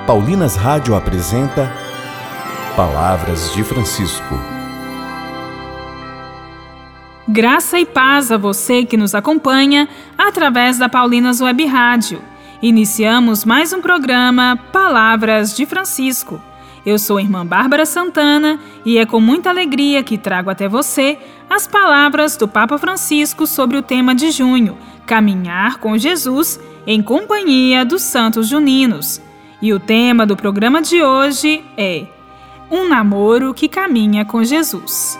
Paulinas Rádio apresenta Palavras de Francisco. Graça e paz a você que nos acompanha através da Paulinas Web Rádio. Iniciamos mais um programa Palavras de Francisco. Eu sou a irmã Bárbara Santana e é com muita alegria que trago até você as palavras do Papa Francisco sobre o tema de junho, Caminhar com Jesus em companhia dos Santos Juninos. E o tema do programa de hoje é Um namoro que caminha com Jesus.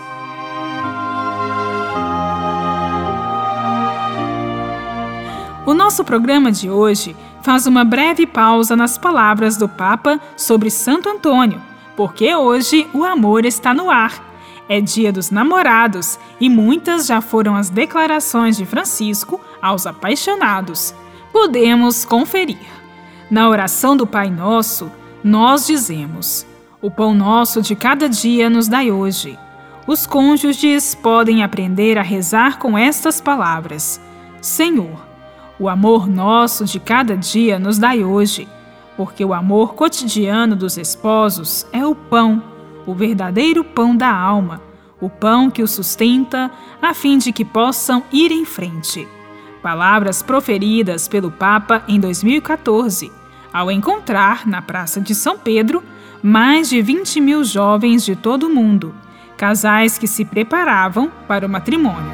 O nosso programa de hoje faz uma breve pausa nas palavras do Papa sobre Santo Antônio, porque hoje o amor está no ar. É dia dos namorados e muitas já foram as declarações de Francisco aos apaixonados. Podemos conferir. Na oração do Pai Nosso, nós dizemos: O pão nosso de cada dia nos dai hoje. Os cônjuges podem aprender a rezar com estas palavras: Senhor, o amor nosso de cada dia nos dai hoje, porque o amor cotidiano dos esposos é o pão, o verdadeiro pão da alma, o pão que os sustenta a fim de que possam ir em frente. Palavras proferidas pelo Papa em 2014, ao encontrar, na Praça de São Pedro, mais de 20 mil jovens de todo o mundo, casais que se preparavam para o matrimônio.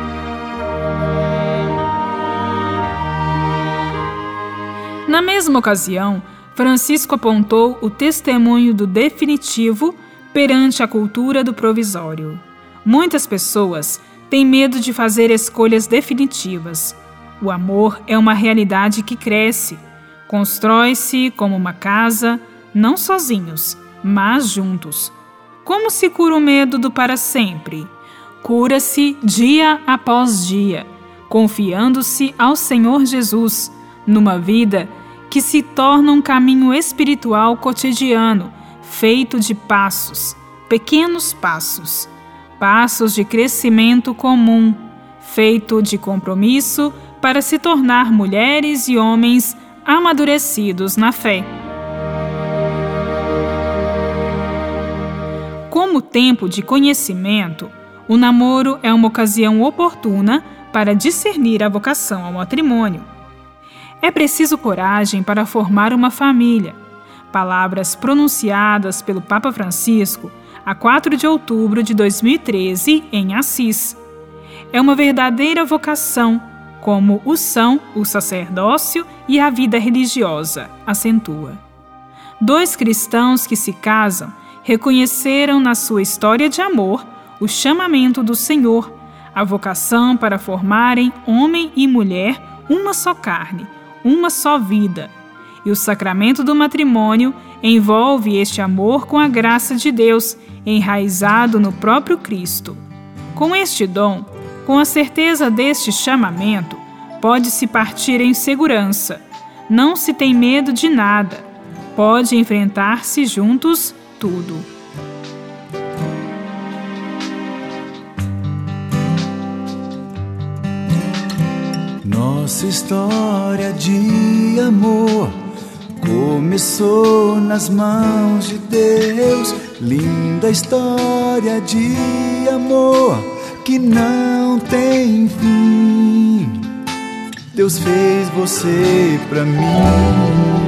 Na mesma ocasião, Francisco apontou o testemunho do definitivo perante a cultura do provisório. Muitas pessoas têm medo de fazer escolhas definitivas. O amor é uma realidade que cresce, constrói-se como uma casa, não sozinhos, mas juntos. Como se cura o medo do para sempre? Cura-se dia após dia, confiando-se ao Senhor Jesus, numa vida que se torna um caminho espiritual cotidiano, feito de passos, pequenos passos, passos de crescimento comum, feito de compromisso para se tornar mulheres e homens amadurecidos na fé. Como tempo de conhecimento, o namoro é uma ocasião oportuna para discernir a vocação ao matrimônio. É preciso coragem para formar uma família. Palavras pronunciadas pelo Papa Francisco a 4 de outubro de 2013 em Assis. É uma verdadeira vocação, como o são o sacerdócio e a vida religiosa, acentua. Dois cristãos que se casam reconheceram na sua história de amor o chamamento do Senhor, a vocação para formarem homem e mulher uma só carne, uma só vida. E o sacramento do matrimônio envolve este amor com a graça de Deus, enraizado no próprio Cristo. Com este dom, com a certeza deste chamamento, pode-se partir em segurança. Não se tem medo de nada. Pode enfrentar-se juntos tudo. Nossa história de amor começou nas mãos de Deus. Linda história de amor que não tem fim. Deus fez você pra mim.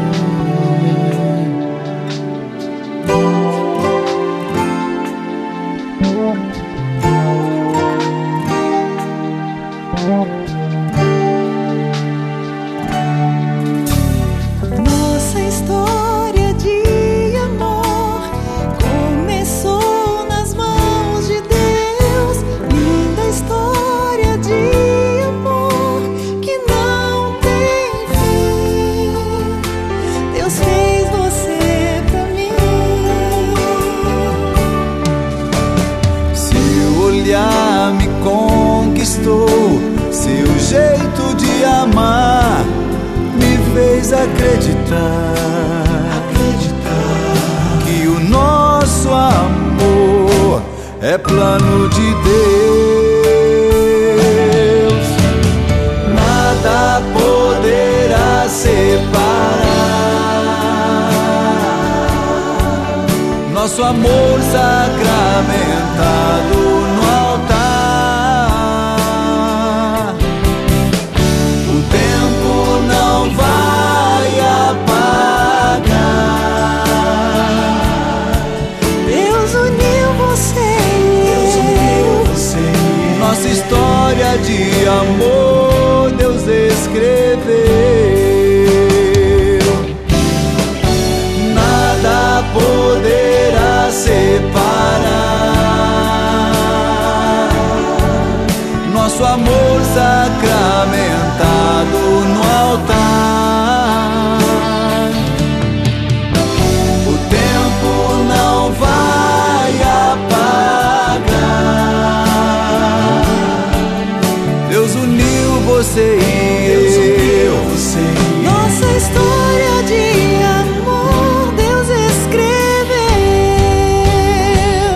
Nossa história de amor começou nas mãos de Deus. Linda história de amor que não tem fim. Deus fez você pra mim. Seu olhar me conquistou, seu jeito de amar me fez acreditar que o nosso amor é plano de Deus. Nada poderá separar nosso amor sacramentado no altar. O tempo não vai apagar. Deus uniu você e eu. Nossa história de amor Deus escreveu. Nada poderá separar nosso amor sacramentado no altar. O tempo não vai apagar. Deus uniu você e eu. Nossa história de amor Deus escreveu.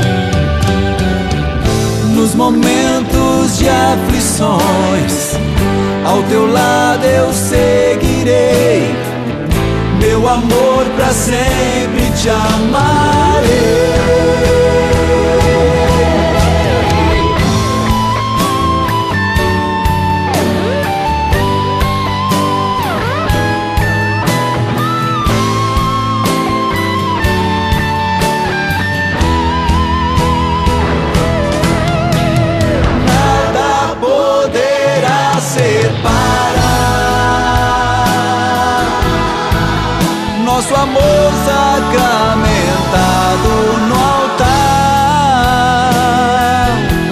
Nos momentos de aflições, ao teu lado eu seguirei. Meu amor pra sempre te amarei. Nosso amor sacramentado no altar.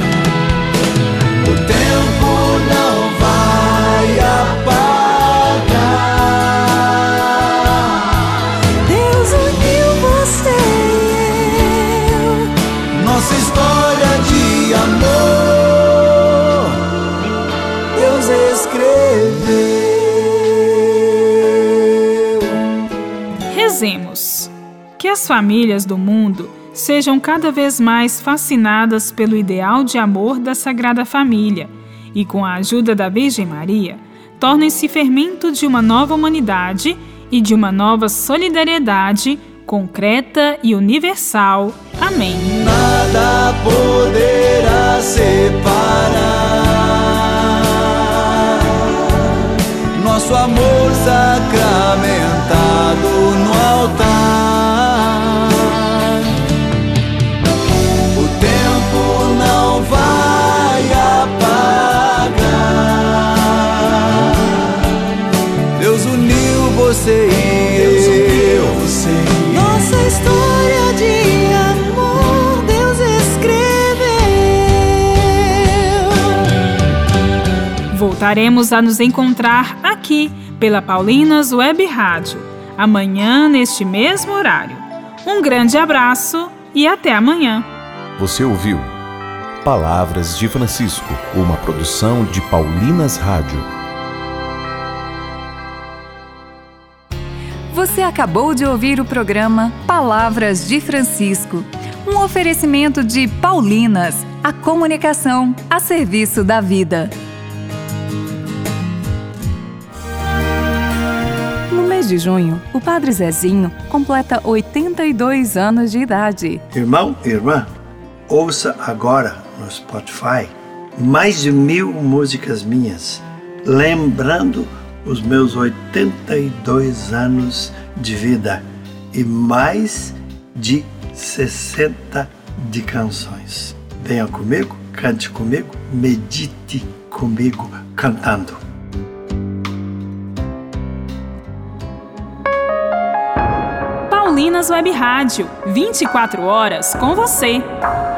O tempo não vai apagar. Deus uniu você e eu. Nossa história de amor Deus escreveu. Rezemos. Que as famílias do mundo sejam cada vez mais fascinadas pelo ideal de amor da Sagrada Família e, com a ajuda da Virgem Maria, tornem-se fermento de uma nova humanidade e de uma nova solidariedade concreta e universal. Amém. Nada poderá separar nosso amor sacramentado no altar. O tempo não vai apagar. Deus uniu você e eu. Nossa história de amor Deus escreveu. Voltaremos a nos encontrar aqui pela Paulinas Web Rádio, amanhã neste mesmo horário. Um grande abraço e até amanhã. Você ouviu Palavras de Francisco, uma produção de Paulinas Rádio. Você acabou de ouvir o programa Palavras de Francisco, um oferecimento de Paulinas, a comunicação a serviço da vida. No mês de junho, o Padre Zezinho completa 82 anos de idade. Irmão, irmã, ouça agora no Spotify mais de 1000 músicas minhas, lembrando os meus 82 anos de vida e mais de 60 de canções. Venha comigo, cante comigo, medite comigo cantando. Paulinas Web Rádio, 24 horas com você.